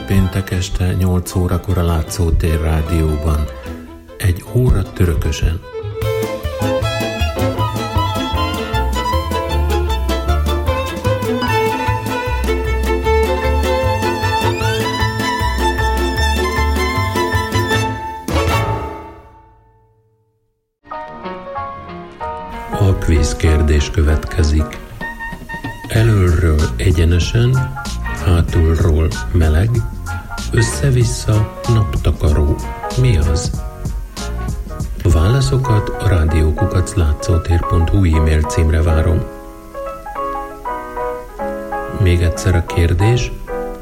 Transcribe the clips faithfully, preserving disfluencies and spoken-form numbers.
péntek este nyolc órakor a Látszótér rádióban. Egy óra törökösen. A kvíz kérdés következik. Elölről egyenesen, hátulról meleg, össze-vissza naptakaró. Mi az? A válaszokat a rádiókukac látszótér pont hu e-mail címre várom. Még egyszer a kérdés.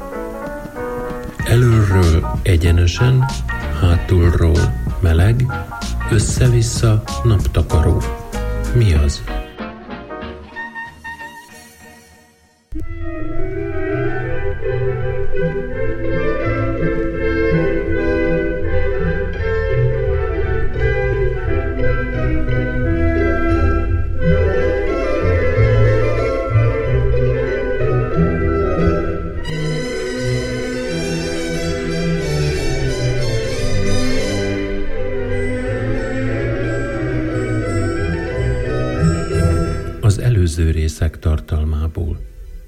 Elölről egyenesen, hátulról meleg, össze-vissza naptakaró. Mi az? Előző részek tartalmából.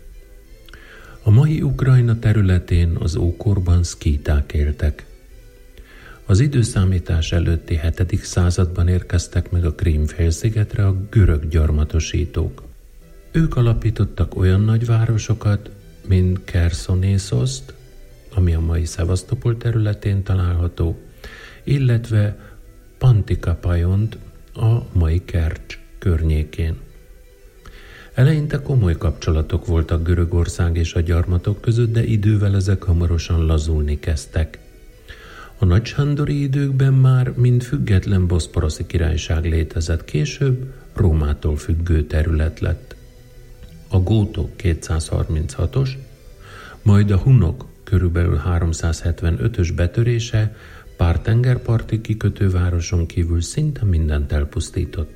A mai Ukrajna területén az ókorban szkíták éltek. Az időszámítás előtti hetedik században érkeztek meg a Krím-félszigetre a görög gyarmatosítók. Ők alapítottak olyan nagyvárosokat, mint Kerszonésoszt, ami a mai Szevasztopol területén található, illetve Pantikapajont a mai Kercs környékén. Eleinte komoly kapcsolatok voltak Görögország és a gyarmatok között, de idővel ezek hamarosan lazulni kezdtek. A nagysándori időkben már mind független boszporoszi királyság létezett, később Rómától függő terület lett. A gótok kétszázharminchatos, majd a hunok körülbelül háromszázhetvenötös betörése pár tengerparti kikötővároson kívül szinte mindent elpusztított.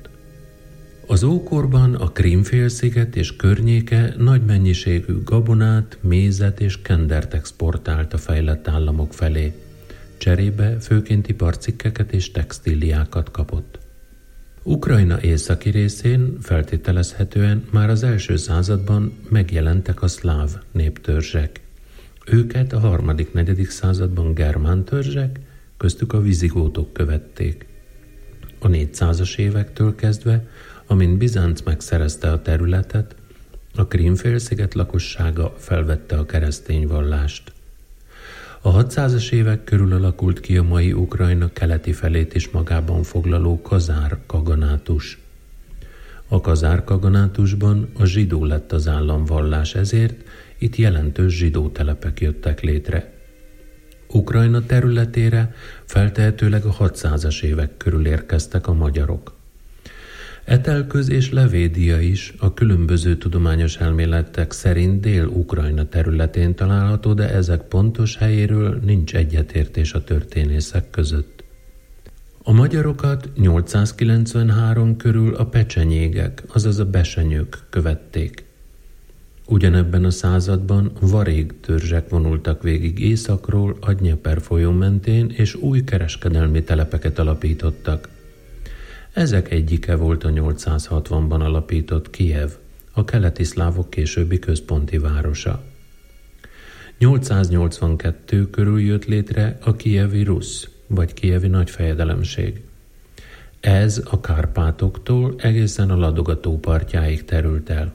Az ókorban a Krím-félsziget és környéke nagy mennyiségű gabonát, mézet és kendert exportált a fejlett államok felé. Cserébe főként iparcikkeket és textíliákat kapott. Ukrajna északi részén feltételezhetően már az első században megjelentek a szláv néptörzsek. Őket a harmadik-negyedik században germán törzsek, köztük a vizigótok követték. A négyszázas évektől kezdve, amint Bizánc megszerezte a területet, a Krím-félsziget lakossága felvette a keresztény vallást. A hatszázas évek körül alakult ki a mai Ukrajna keleti felét is magában foglaló kazár kaganátus. A kazár kaganátusban a zsidó lett az államvallás, ezért itt jelentős zsidó telepek jöttek létre. Ukrajna területére feltehetőleg a hatszázas évek körül érkeztek a magyarok. Etelköz és Levédia is a különböző tudományos elméletek szerint Dél-Ukrajna területén található, de ezek pontos helyéről nincs egyetértés a történészek között. A magyarokat nyolcszázkilencvenhárom körül a pecsenyégek, azaz a besenyők követték. Ugyanebben a században varég törzsek vonultak végig északról a Dnyeper folyó mentén, és új kereskedelmi telepeket alapítottak. Ezek egyike volt a nyolcszázhatvanban alapított Kijev, a keleti szlávok későbbi központi városa. nyolcszáznyolcvankettő körül jött létre a Kijevi Rusz, vagy Kijevi nagyfejedelemség. Ez a Kárpátoktól egészen a Ladoga tó partjáig terült el.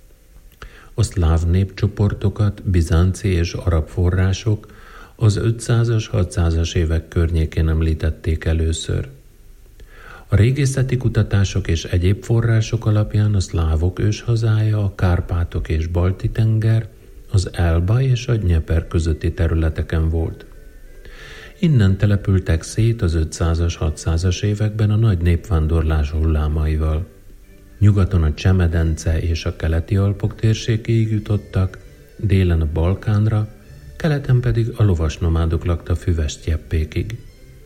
A szláv népcsoportokat bizánci és arab források az ötszázas, hatszázas évek környékén említették először. A régészeti kutatások és egyéb források alapján a szlávok őshazája a Kárpátok és Balti-tenger, az Elba és a Dnyeper közötti területeken volt. Innen települtek szét az ötszázas, hatszázas években a nagy népvándorlás hullámaival. Nyugaton a Cseh-medence és a keleti Alpok térségéig jutottak, délen a Balkánra, keleten pedig a lovasnomádok lakta füves sztyeppékig.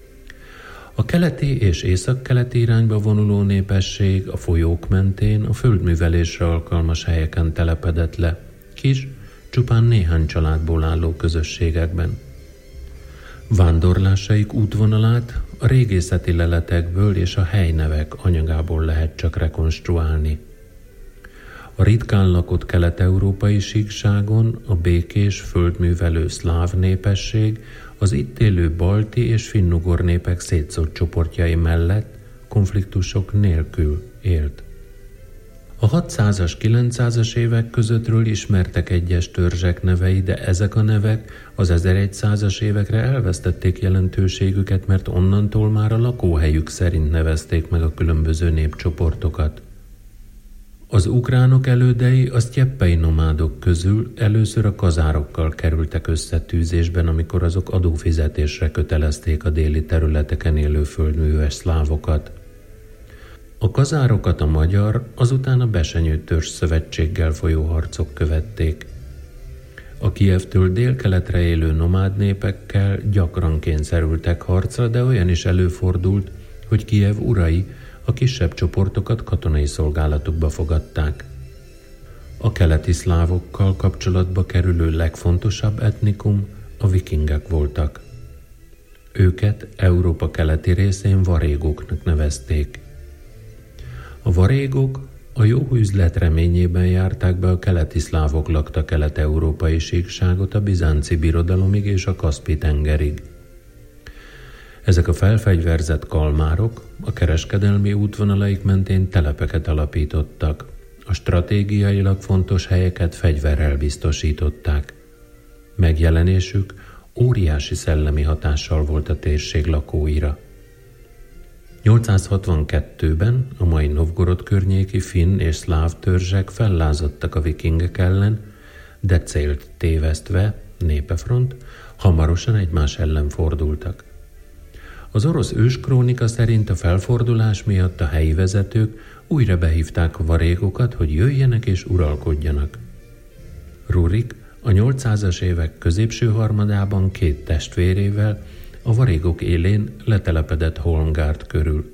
A keleti és északkeleti irányba vonuló népesség a folyók mentén a földművelésre alkalmas helyeken telepedett le, kis, csupán néhány családból álló közösségekben. Vándorlásaik útvonalát a régészeti leletekből és a helynevek anyagából lehet csak rekonstruálni. A ritkán lakott kelet-európai síkságon a békés, földművelő szláv népesség az itt élő balti és finnugor népek szétszórt csoportjai mellett konfliktusok nélkül élt. A hatszázas, kilencszázas évek közöttről ismertek egyes törzsek nevei, de ezek a nevek az ezerszázas évekre elvesztették jelentőségüket, mert onnantól már a lakóhelyük szerint nevezték meg a különböző népcsoportokat. Az ukránok elődei a sztyeppei nomádok közül először a kazárokkal kerültek összetűzésben, amikor azok adófizetésre kötelezték a déli területeken élő földműves szlávokat. A kazárokat a magyar, azután a besenyő törzs szövetséggel folyó harcok követték. A Kijevtől délkeletre élő nomád népekkel gyakran kényszerültek harcra, de olyan is előfordult, hogy Kijev urai a kisebb csoportokat katonai szolgálatukba fogadták. A keleti szlávokkal kapcsolatba kerülő legfontosabb etnikum a vikingek voltak. Őket Európa keleti részén varégoknak nevezték. A varégok a jó üzlet reményében járták be a keleti szlávok lakta kelet-európai síkságot a bizánci birodalomig és a Kaszpi-tengerig. Ezek a felfegyverzett kalmárok a kereskedelmi útvonalaik mentén telepeket alapítottak, a stratégiailag fontos helyeket fegyverrel biztosították. Megjelenésük óriási szellemi hatással volt a térség lakóira. nyolcszázhatvankettőben a mai Novgorod környéki finn és szláv törzsek fellázadtak a vikingek ellen, de célt tévesztve, népefront, hamarosan egymás ellen fordultak. Az orosz őskrónika szerint a felfordulás miatt a helyi vezetők újra behívták a varégokat, hogy jöjjenek és uralkodjanak. Rurik a nyolcszázas évek középső harmadában két testvérével a varégok élén letelepedett Holmgárd körül.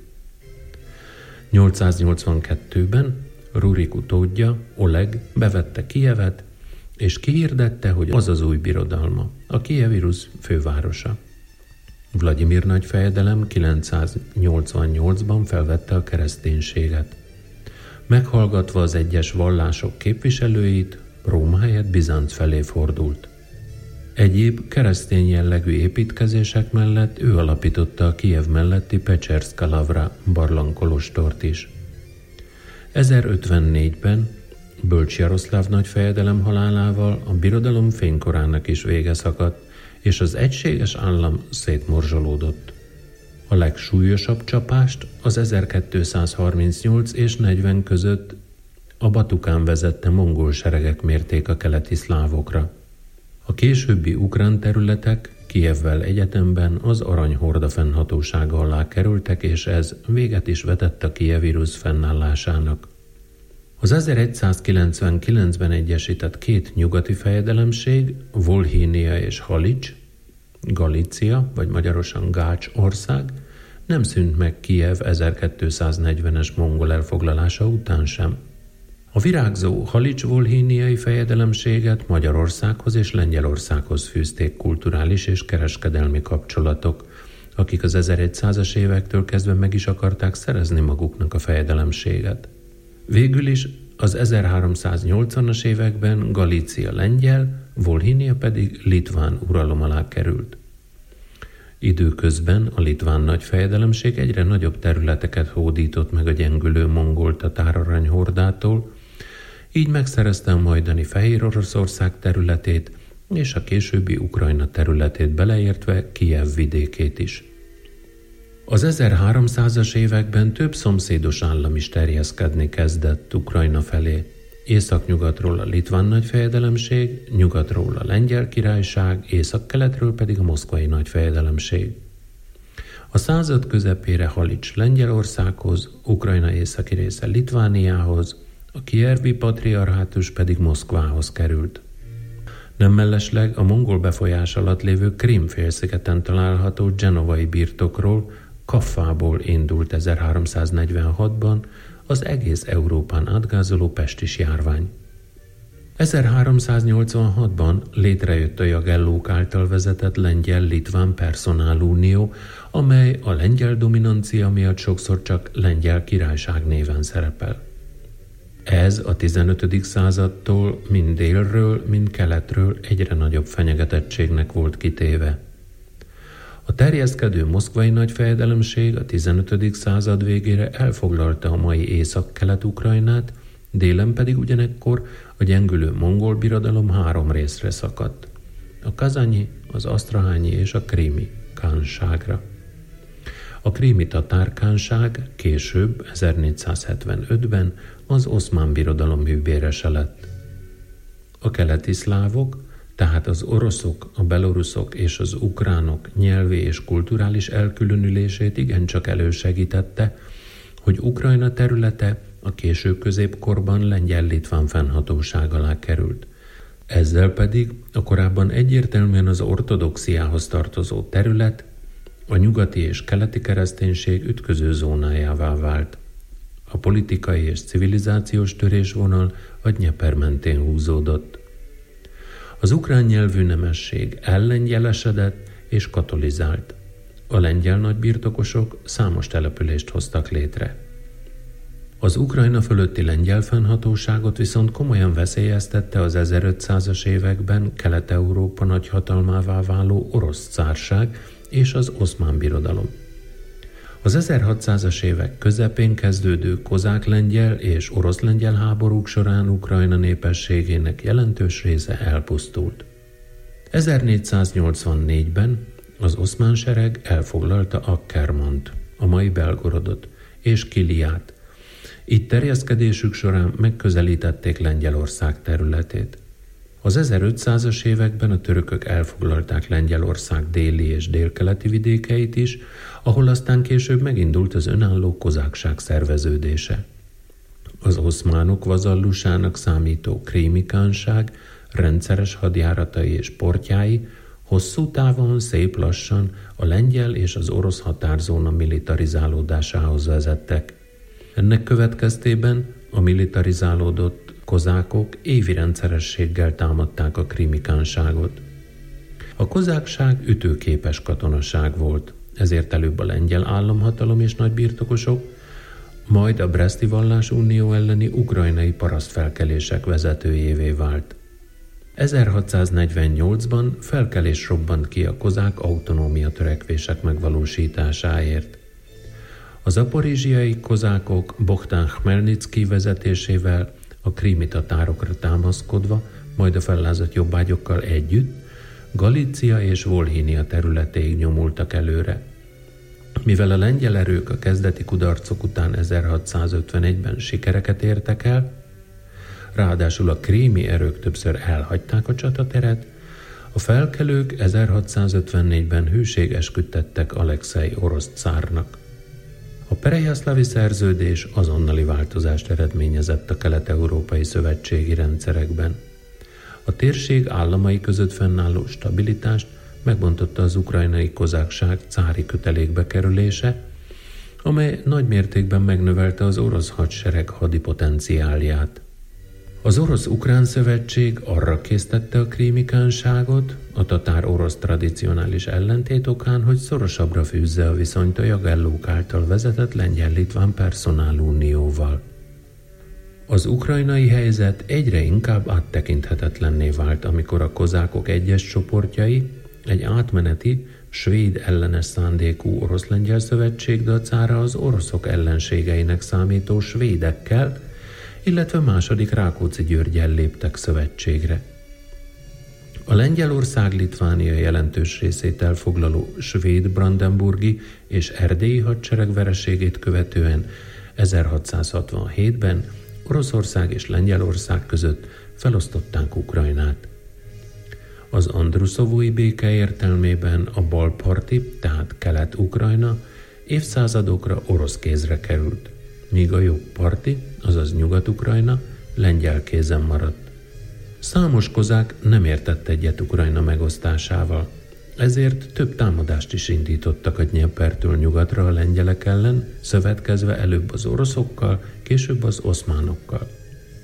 nyolcszáznyolcvankettőben Rurik utódja, Oleg bevette Kijevet, és kihirdette, hogy az az új birodalma, a Kijevi Rusz fővárosa. Vlagyimir nagyfejedelem kilencszáznyolcvannyolcban felvette a kereszténységet. Meghallgatva az egyes vallások képviselőit, Róma helyett Bizánc felé fordult. Egyéb keresztény jellegű építkezések mellett ő alapította a Kijev melletti Pecserszka Lavra barlangkolostort is. ezerötvennégyben Bölcs Jaroszláv nagyfejedelem halálával a birodalom fénykorának is vége szakadt, és az egységes állam szétmorzsolódott. A legsúlyosabb csapást az ezerkétszázharmincnyolc és negyven között a Batukán vezette mongol seregek mérték a keleti szlávokra. A későbbi ukrán területek Kijevvel egyetemben az Aranyhorda fennhatósága alá kerültek, és ez véget is vetett a kijevi Rusz fennállásának. Az ezerszázkilencvenkilencben egyesített két nyugati fejedelemség, Volhynia és Halics, Galícia, vagy magyarosan Gács ország, nem szűnt meg Kijev ezerkétszáznegyvenes mongol elfoglalása után sem. A virágzó Halics-volhyniai fejedelemséget Magyarországhoz és Lengyelországhoz fűzték kulturális és kereskedelmi kapcsolatok, akik az ezerszázas évektől kezdve meg is akarták szerezni maguknak a fejedelemséget. Végül is az ezerháromszáznyolcvanas években Galícia lengyel, Volhynia pedig litván uralom alá került. Időközben a litván nagyfejedelemség egyre nagyobb területeket hódított meg a gyengülő mongol tatár aranyhordától, így megszerezte a majdani Fehér Oroszország területét és a későbbi Ukrajna területét beleértve Kijev vidékét is. Az ezerháromszázas években több szomszédos állam is terjeszkedni kezdett Ukrajna felé. Északnyugatról a litván nagyfejedelemség, nyugatról a Lengyel Királyság, északkeletről pedig a moszkvai nagyfejedelemség. A század közepére Halics Lengyelországhoz, Ukrajna északi része Litvániához, a kijevi patriarhátus pedig Moszkvához került. Nem mellesleg a mongol befolyás alatt lévő Krím-félszigeten található genovai birtokról, Kaffából indult ezerháromszáznegyvenhatban az egész Európán átgázoló pestis járvány. ezerháromszáznyolcvanhatban létrejött a Jagellók által vezetett Lengyel-Litván Personálunió, amely a lengyel dominancia miatt sokszor csak Lengyel Királyság néven szerepel. Ez a tizenötödik századtól mind délről, mind keletről egyre nagyobb fenyegetettségnek volt kitéve. A terjeszkedő moszkvai nagyfejedelemség a tizenötödik század végére elfoglalta a mai Észak-Kelet-Ukrajnát, délen pedig ugyanekkor a gyengülő mongol birodalom három részre szakadt: a kazanyi, az asztrahányi és a krími kánságra. A krími tatár kánság később, ezernégyszázhetvenötben az oszmán birodalom hűbérese lett. A keleti szlávok, tehát az oroszok, a beloruszok és az ukránok nyelvi és kulturális elkülönülését igencsak elősegítette, hogy Ukrajna területe a késő középkorban Lengyel-Litván fennhatóság alá került. Ezzel pedig a korábban egyértelműen az ortodoxiához tartozó terület a nyugati és keleti kereszténység ütköző zónájává vált. A politikai és civilizációs törésvonal a Dnyeper mentén húzódott. Az ukrán nyelvű nemesség ellengyelesedett és katolizált. A lengyel nagybirtokosok számos települést hoztak létre. Az Ukrajna fölötti lengyel fennhatóságot viszont komolyan veszélyeztette az ezerötszázas években Kelet-Európa nagyhatalmává váló orosz cárság és az oszmán birodalom. Az ezerhatszázas évek közepén kezdődő kozák-lengyel és orosz-lengyel háborúk során Ukrajna népességének jelentős része elpusztult. ezernégyszáznyolcvannégyben az oszmán sereg elfoglalta Akkermant, a mai Belgorodot és Kiliát. Itt terjeszkedésük során megközelítették Lengyelország területét. Az ezerötszázas években a törökök elfoglalták Lengyelország déli és délkeleti vidékeit is, ahol aztán később megindult az önálló kozákság szerveződése. Az oszmánok vazallusának számító krími kánság rendszeres hadjáratai és portjái hosszú távon szép lassan a lengyel és az orosz határzóna militarizálódásához vezettek. Ennek következtében a militarizálódott kozákok évi rendszerességgel támadták a krími kánságot. A kozákság ütőképes katonaság volt, ezért előbb a lengyel államhatalom és nagybirtokosok, majd a Breszti Vallásunió elleni ukrajnai parasztfelkelések vezetőjévé vált. ezerhatszáznegyvennyolcban felkelés robbant ki a kozák autonómia törekvések megvalósításáért. A zaporizsiai kozákok Bohdán Khmelnycki vezetésével a krími tatárokra támaszkodva, majd a fellázadt jobbágyokkal együtt Galícia és Volhynia területéig nyomultak előre. Mivel a lengyel erők a kezdeti kudarcok után ezerhatszázötvenegyben sikereket értek el, ráadásul a krími erők többször elhagyták a csatateret, a felkelők ezerhatszázötvennégyben hűségesküdtettek Alekszej orosz cárnak. A Perejászlavi szerződés azonnali változást eredményezett a kelet-európai szövetségi rendszerekben. A térség államai között fennálló stabilitást megbontotta az ukrajnai kozákság cári kötelékbe kerülése, amely nagy mértékben megnövelte az orosz hadsereg hadipotenciálját. Az orosz-ukrán szövetség arra késztette a krími kánságot, a tatár-orosz tradicionális ellentét okán, hogy szorosabbra fűzze a viszonyt a Jagellók által vezetett Lengyel-Litván Personálunióval. Az ukrajnai helyzet egyre inkább áttekinthetetlenné vált, amikor a kozákok egyes csoportjai egy átmeneti, svéd ellenes szándékú orosz-lengyel szövetség dacára az oroszok ellenségeinek számító svédekkel, illetve második Rákóczi Györggyel léptek szövetségre. A Lengyelország-Litvánia jelentős részét elfoglaló svéd brandenburgi és erdélyi hadsereg vereségét követően ezerhatszázhatvanhétben Oroszország és Lengyelország között felosztották Ukrajnát. Az Andruszovói béke értelmében a balparti, tehát Kelet-Ukrajna évszázadokra orosz kézre került, míg a jobbparti, azaz Nyugat-Ukrajna lengyel kézen maradt. Számos kozák nem értett egyet Ukrajna megosztásával, ezért több támadást is indítottak a Dnyepertől nyugatra a lengyelek ellen, szövetkezve előbb az oroszokkal, később az oszmánokkal.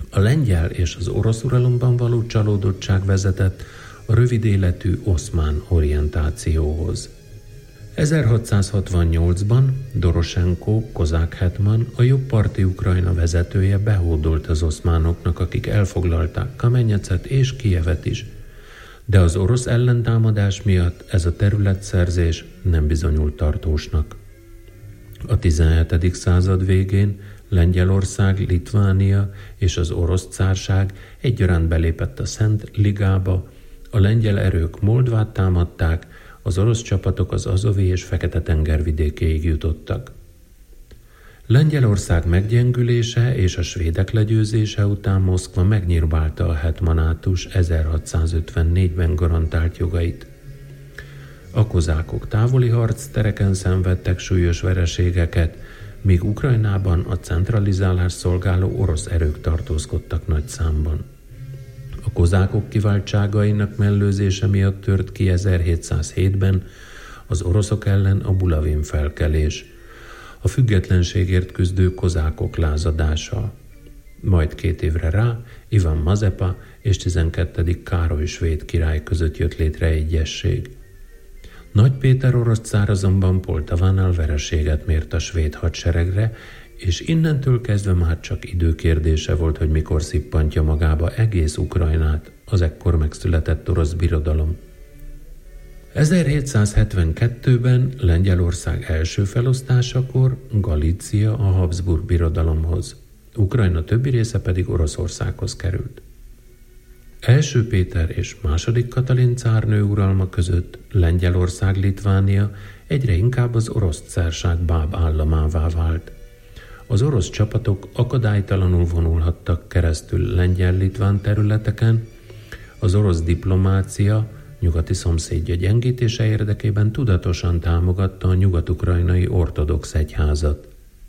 A lengyel és az orosz uralomban való csalódottság vezetett a rövid életű oszmán orientációhoz. ezerhatszázhatvannyolcban Doroshenko, kozák hetman, a jobbparti Ukrajna vezetője behódolt az oszmánoknak, akik elfoglalták Kamenyecet és Kijevet is, de az orosz ellentámadás miatt ez a területszerzés nem bizonyult tartósnak. A tizenhetedik század végén Lengyelország, Litvánia és az orosz cárság egyaránt belépett a Szent Ligába, a lengyel erők Moldvát támadták, az orosz csapatok az Azovi és Fekete-tenger vidékéig jutottak. Lengyelország meggyengülése és a svédek legyőzése után Moszkva megnyírbálta a hetmanátus ezerhatszázötvennégyben garantált jogait. A kozákok távoli harctereken szenvedtek súlyos vereségeket, míg Ukrajnában a centralizálás szolgáló orosz erők tartózkodtak nagy számban. A kozákok kiváltságainak mellőzése miatt tört ki ezerhétszázhétben az oroszok ellen a Bulavin felkelés, a függetlenségért küzdő kozákok lázadása. Majd két évre rá Ivan Mazepa és tizenkettedik Károly svéd király között jött létre egyezség. Nagy Péter orosz cár azonban Poltavánál vereséget mért a svéd hadseregre, és innentől kezdve már csak időkérdése volt, hogy mikor szippantja magába egész Ukrajnát az ekkor megszületett orosz birodalom. ezerhétszázhetvenkettőben Lengyelország első felosztásakor Galícia a Habsburg birodalomhoz, Ukrajna többi része pedig Oroszországhoz került. Első Péter és második Katalin cárnő uralma között Lengyelország, Litvánia egyre inkább az orosz cárság báb államává vált. Az orosz csapatok akadálytalanul vonulhattak keresztül lengyel-litván területeken, az orosz diplomácia nyugati szomszédja gyengítése érdekében tudatosan támogatta a nyugat-ukrajnai ortodox egyházat.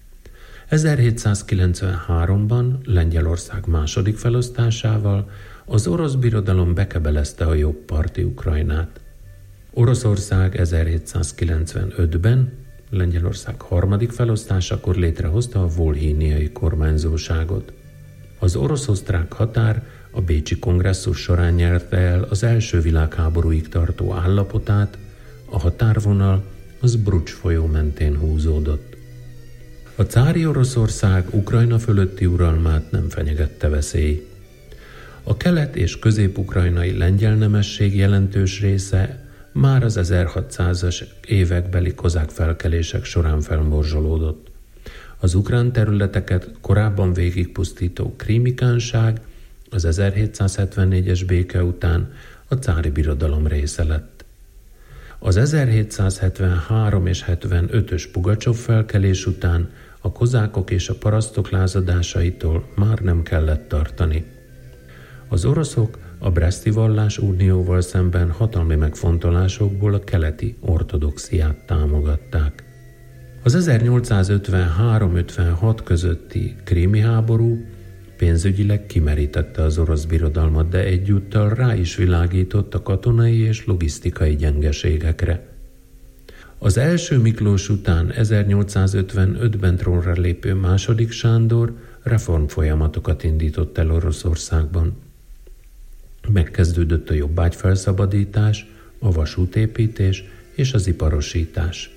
ezerhétszázkilencvenháromban Lengyelország második felosztásával az orosz birodalom bekebelezte a jobbparti Ukrajnát. Oroszország ezerhétszázkilencvenötben Lengyelország harmadik felosztásakor létrehozta a volhíniai kormányzóságot. Az orosz-osztrák határ a bécsi kongresszus során nyerte el az első világháborúig tartó állapotát, a határvonal az Brucs folyó mentén húzódott. A cári Oroszország Ukrajna fölötti uralmát nem fenyegette veszély. A kelet- és közép-ukrajnai lengyel nemesség jelentős része már az ezerhatszázas évekbeli kozák felkelések során felmorzsolódott. Az ukrán területeket korábban végigpusztító Krími kánság az ezerhétszázhetvennégyes béke után a cári birodalom része lett. Az ezerhétszázhetvenhárom és hetvenötös Pugacsov felkelés után a kozákok és a parasztok lázadásaitól már nem kellett tartani. Az oroszok a Breszti Vallás unióval szemben hatalmi megfontolásokból a keleti ortodoxiát támogatták. Az ezernyolcszázötvenhárom ötvenhat közötti krími háború pénzügyileg kimerítette az orosz birodalmat, de egyúttal rá is világított a katonai és logisztikai gyengeségekre. Az első Miklós után ezernyolcszázötvenötben trónra lépő második Sándor reformfolyamatokat indított el Oroszországban. Megkezdődött a jobbágy felszabadítás, a vasútépítés és az iparosítás.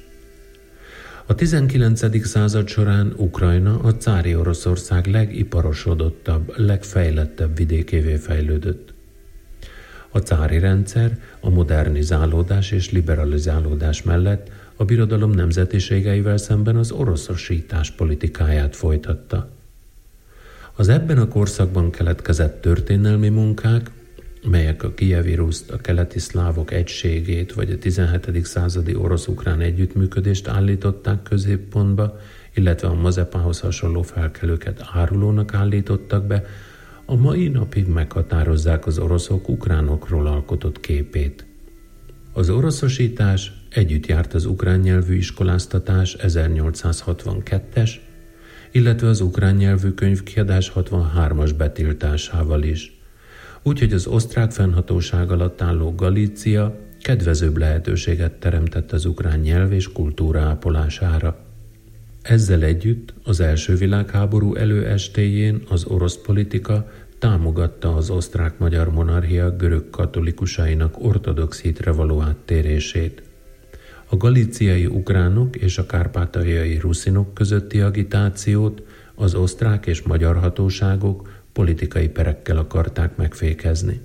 A tizenkilencedik század során Ukrajna a cári Oroszország legiparosodottabb, legfejlettebb vidékévé fejlődött. A cári rendszer a modernizálódás és liberalizálódás mellett a birodalom nemzetiségeivel szemben az oroszosítás politikáját folytatta. Az ebben a korszakban keletkezett történelmi munkák, melyek a kijevi ruszt, a keleti szlávok egységét vagy a tizenhetedik századi orosz-ukrán együttműködést állították középpontba, illetve a Mazepához hasonló felkelőket árulónak állítottak be, a mai napig meghatározzák az oroszok ukránokról alkotott képét. Az oroszosítás együtt járt az ukrán nyelvű iskoláztatás ezernyolcszázhatvankettes, illetve az ukrán nyelvű könyvkiadás hatvanhármas betiltásával is. Úgyhogy az osztrák fennhatóság alatt álló Galícia kedvezőbb lehetőséget teremtett az ukrán nyelv és kultúra ápolására. Ezzel együtt az első világháború előestéjén az orosz politika támogatta az osztrák-magyar monarchia görög katolikusainak ortodox hitre való áttérését. A galíciai ukránok és a kárpátaljai ruszinok közötti agitációt az osztrák és magyar hatóságok politikai perekkel akarták megfékezni.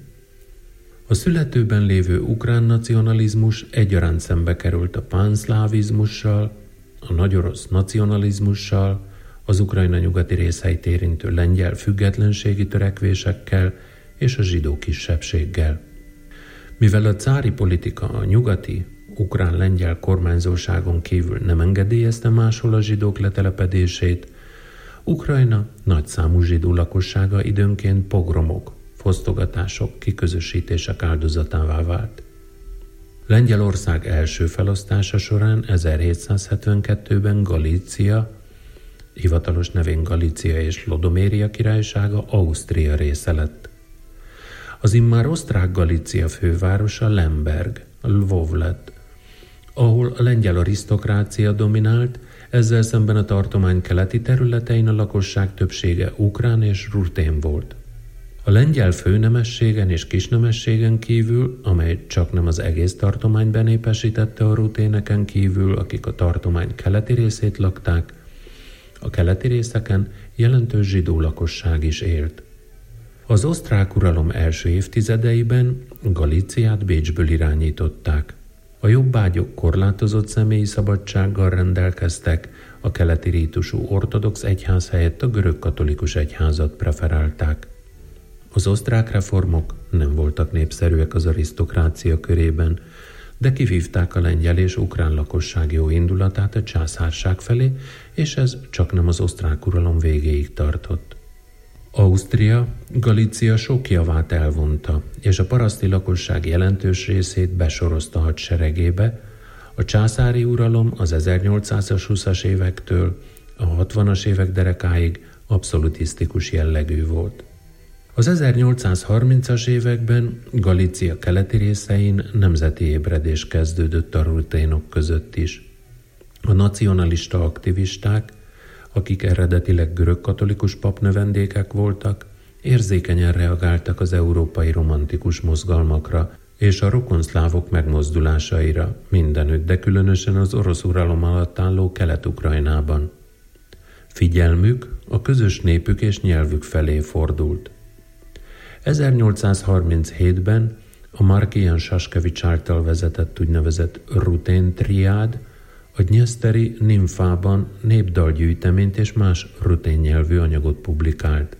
A születőben lévő ukrán nacionalizmus egyaránt szembe került a pánszlávizmussal, a nagyorosz nacionalizmussal, az Ukrajna nyugati részeit érintő lengyel függetlenségi törekvésekkel és a zsidó kisebbséggel. Mivel a cári politika a nyugati, ukrán-lengyel kormányzóságon kívül nem engedélyezte máshol a zsidók letelepedését, Ukrajna nagyszámú zsidó lakossága időnként pogromok, fosztogatások, kiközösítések áldozatává vált. Lengyelország első felosztása során ezerhétszázhetvenkettőben Galícia, hivatalos nevén Galícia és Lodoméria királysága Ausztria része lett. Az immár osztrák Galícia fővárosa Lemberg, Lvov lett, ahol a lengyel arisztokrácia dominált, ezzel szemben a tartomány keleti területein a lakosság többsége ukrán és rutén volt. A lengyel főnemességen és kisnemességen kívül, amely csaknem az egész tartomány benépesítette a ruténeken kívül, akik a tartomány keleti részét lakták, a keleti részeken jelentős zsidó lakosság is élt. Az osztrák uralom első évtizedeiben Galíciát Bécsből irányították. A jobbágyok korlátozott személyi szabadsággal rendelkeztek, a keleti rítusú ortodox egyház helyett a görög katolikus egyházat preferálták. Az osztrák reformok nem voltak népszerűek az arisztokrácia körében, de kivívták a lengyel és ukrán lakosság jó indulatát a császárság felé, és ez csaknem az osztrák uralom végéig tartott. Ausztria Galícia sok javát elvonta, és a paraszti lakosság jelentős részét besorozta hadseregébe. A császári uralom az ezernyolcszázhúszas évektől a hatvanas évek derekáig abszolutisztikus jellegű volt. Az ezernyolcszázharmincas években Galícia keleti részein nemzeti ébredés kezdődött a ruténok között is. A nacionalista aktivisták, akik eredetileg görög-katolikus papnövendékek voltak, érzékenyen reagáltak az európai romantikus mozgalmakra és a rokonszlávok megmozdulásaira mindenütt, de különösen az orosz uralom alatt álló Kelet-Ukrajnában. Figyelmük a közös népük és nyelvük felé fordult. ezernyolcszázharminchétben a Markian Saskevics által vezetett úgynevezett rutén triád a Dnyeszteri Nimfában népdalgyűjteményt és más rutén nyelvű anyagot publikált.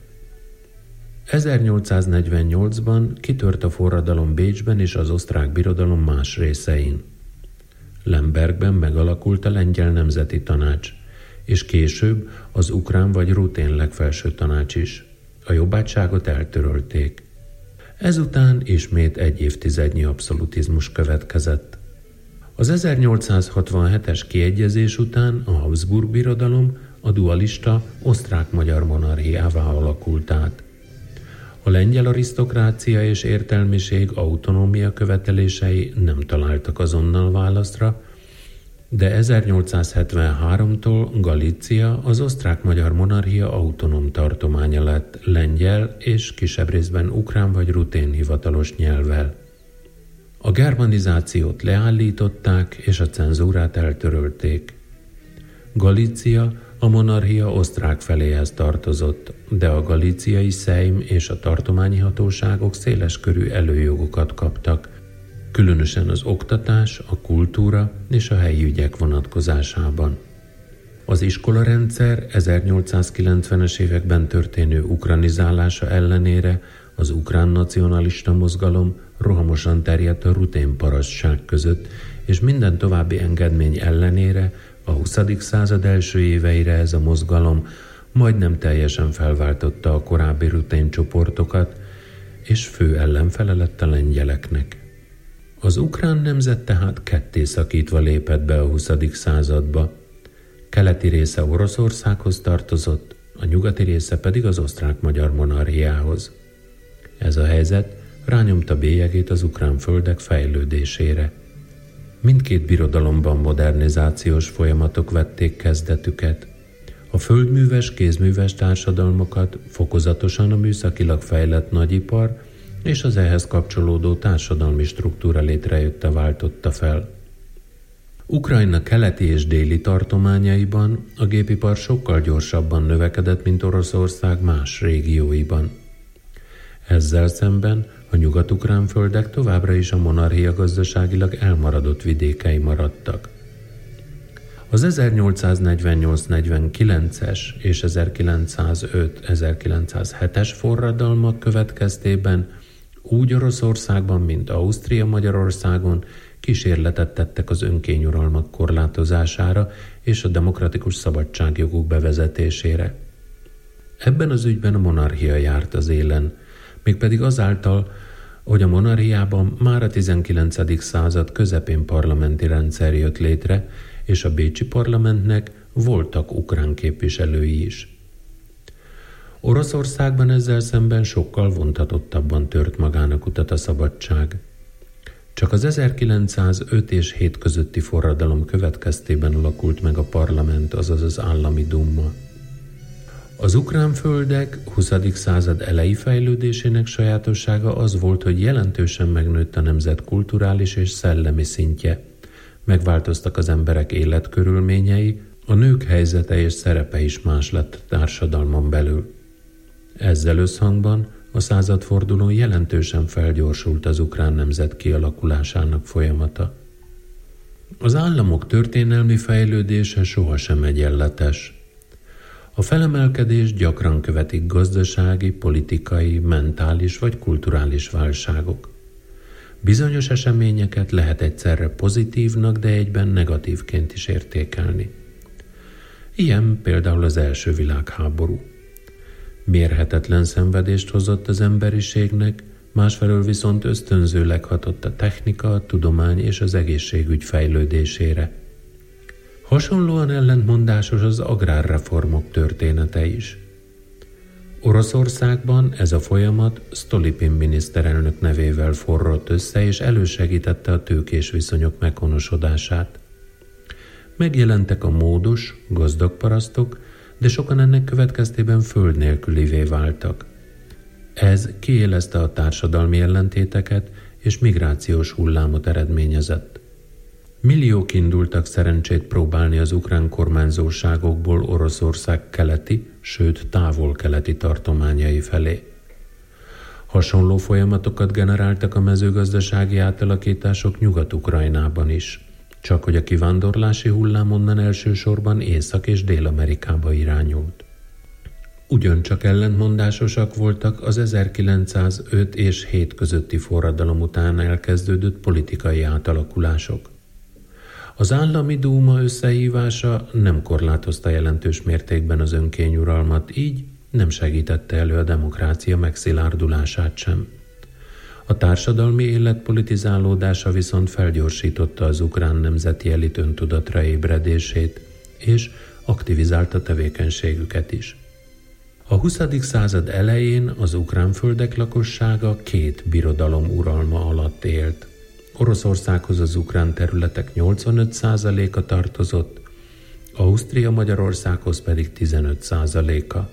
ezernyolcszáznegyvennyolcban kitört a forradalom Bécsben és az osztrák birodalom más részein. Lembergben megalakult a Lengyel Nemzeti Tanács, és később az ukrán vagy rutén legfelső tanács is. A jobbátságot eltörölték. Ezután ismét egy évtizednyi abszolutizmus következett. Az ezernyolcszázhatvanhetes kiegyezés után a Habsburg birodalom a dualista osztrák-magyar monarchiává alakult át. A lengyel arisztokrácia és értelmiség autonómia követelései nem találtak azonnal válaszra, de ezernyolcszázhetvenháromtól Galícia az osztrák-magyar monarchia autonóm tartománya lett lengyel és kisebb részben ukrán vagy rutén hivatalos nyelvvel. A germanizációt leállították és a cenzúrát eltörölték. Galícia a monarchia osztrák feléhez tartozott, de a galíciai szejm és a tartományi hatóságok széleskörű előjogokat kaptak, különösen az oktatás, a kultúra és a helyi ügyek vonatkozásában. Az iskolarendszer ezernyolcszázkilencvenes években történő ukranizálása ellenére az ukrán nacionalista mozgalom rohamosan terjedt a rutén parasztság között, és minden további engedmény ellenére a huszadik század első éveire ez a mozgalom majdnem teljesen felváltotta a korábbi rutén csoportokat, és fő ellenfele lett a lengyeleknek. Az ukrán nemzet tehát ketté szakítva lépett be a huszadik századba. Keleti része Oroszországhoz tartozott, a nyugati része pedig az osztrák-magyar monarchiához. Ez a helyzet rányomta bélyegét az ukrán földek fejlődésére. Mindkét birodalomban modernizációs folyamatok vették kezdetüket. A földműves, kézműves társadalmakat fokozatosan a műszakilag fejlett nagyipar és az ehhez kapcsolódó társadalmi struktúra létrejötte váltotta fel. Ukrajna keleti és déli tartományaiban a gépipar sokkal gyorsabban növekedett, mint Oroszország más régióiban. Ezzel szemben a nyugat-ukrán földek továbbra is a monarchia gazdaságilag elmaradott vidékei maradtak. Az ezernyolcszáznegyvennyolc-negyvenkilences és ezerkilencszázöt-ezerkilencszázhetes forradalmak következtében úgy Oroszországban, mint Ausztria-Magyarországon kísérletet tettek az önkényuralmak korlátozására és a demokratikus szabadságjogok bevezetésére. Ebben az ügyben a monarchia járt az élen, mégpedig azáltal, hogy a monarchiában már a tizenkilencedik század közepén parlamenti rendszer jött létre, és a bécsi parlamentnek voltak ukrán képviselői is. Oroszországban ezzel szemben sokkal vontatottabban tört magának utat a szabadság. Csak az ezerkilencszázöt és hét közötti forradalom következtében alakult meg a parlament, azaz az állami duma. Az ukrán földek huszadik század elejé fejlődésének sajátossága az volt, hogy jelentősen megnőtt a nemzet kulturális és szellemi szintje. Megváltoztak az emberek életkörülményei, a nők helyzete és szerepe is más lett a társadalmon belül. Ezzel összhangban a századfordulón jelentősen felgyorsult az ukrán nemzet kialakulásának folyamata. Az államok történelmi fejlődése sohasem egyenletes. A felemelkedést gyakran követik gazdasági, politikai, mentális vagy kulturális válságok. Bizonyos eseményeket lehet egyszerre pozitívnak, de egyben negatívként is értékelni. Ilyen például az első világháború. Mérhetetlen szenvedést hozott az emberiségnek, másfelől viszont ösztönzőleg hatott a technika, a tudomány és az egészségügy fejlődésére. Hasonlóan ellentmondásos az agrárreformok története is. Oroszországban ez a folyamat Stolypin miniszterelnök nevével forrott össze, és elősegítette a tőkés viszonyok meghonosodását. Megjelentek a módos, gazdag parasztok, de sokan ennek következtében föld nélkülivé váltak. Ez kiélezte a társadalmi ellentéteket és migrációs hullámot eredményezett. Milliók indultak szerencsét próbálni az ukrán kormányzóságokból Oroszország keleti, sőt távol-keleti tartományai felé. Hasonló folyamatokat generáltak a mezőgazdasági átalakítások Nyugat-Ukrajnában is, csak hogy a kivándorlási hullám onnan elsősorban Észak- és Dél-Amerikába irányult. Ugyancsak ellentmondásosak voltak az ezerkilencszázöt és hét közötti forradalom után elkezdődött politikai átalakulások. Az állami dúma összehívása nem korlátozta jelentős mértékben az önkényuralmat, így nem segítette elő a demokrácia megszilárdulását sem. A társadalmi élet politizálódása viszont felgyorsította az ukrán nemzeti elit öntudatra ébredését, és aktivizálta tevékenységüket is. A huszadik század elején az ukrán földek lakossága két birodalom uralma alatt élt. Oroszországhoz az ukrán területek nyolcvanöt százaléka tartozott, Ausztria-Magyarországhoz pedig tizenöt százaléka.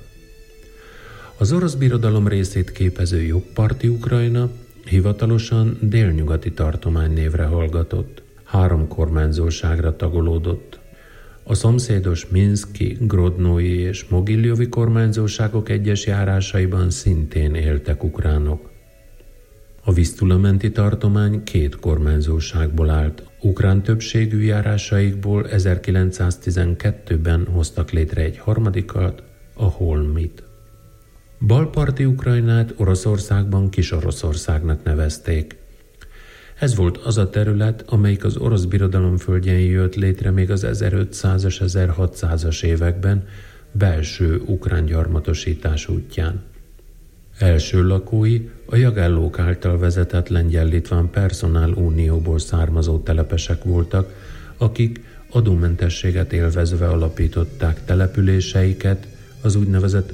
Az orosz birodalom részét képező jobbparti Ukrajna hivatalosan délnyugati tartomány névre hallgatott. Három kormányzóságra tagolódott. A szomszédos Minszki, Grodnói és Mogiljovi kormányzóságok egyes járásaiban szintén éltek ukránok. A Visztulamenti tartomány két kormányzóságból állt. Ukrán többségű járásaikból ezerkilencszáztizenkettőben hoztak létre egy harmadikat, a Holmit. Balparti Ukrajnát Oroszországban Kis-Oroszországnak nevezték. Ez volt az a terület, amelyik az orosz birodalom földjein jött létre még az ezerötszázas, ezerhatszázas években belső ukrán gyarmatosítás útján. Első lakói a jagállók által vezetett Lengyel-Litván Personál Unióból származó telepesek voltak, akik adómentességet élvezve alapították településeiket, az úgynevezett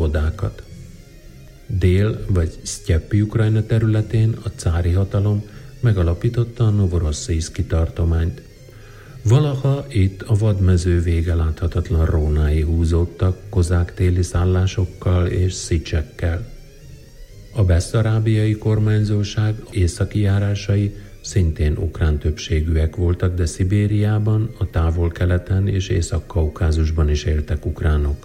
szlobodákat. Dél- vagy Sztyeppi Ukrajna területén a cári hatalom megalapította a Novorosszijszki tartományt. Valaha itt a vadmező vége láthatatlan rónái húzódtak kozák téli szállásokkal és szicsekkel. A beszarábiai kormányzóság északi járásai szintén ukrán többségűek voltak, de Szibériában, a távol-keleten és Észak-Kaukázusban is éltek ukránok.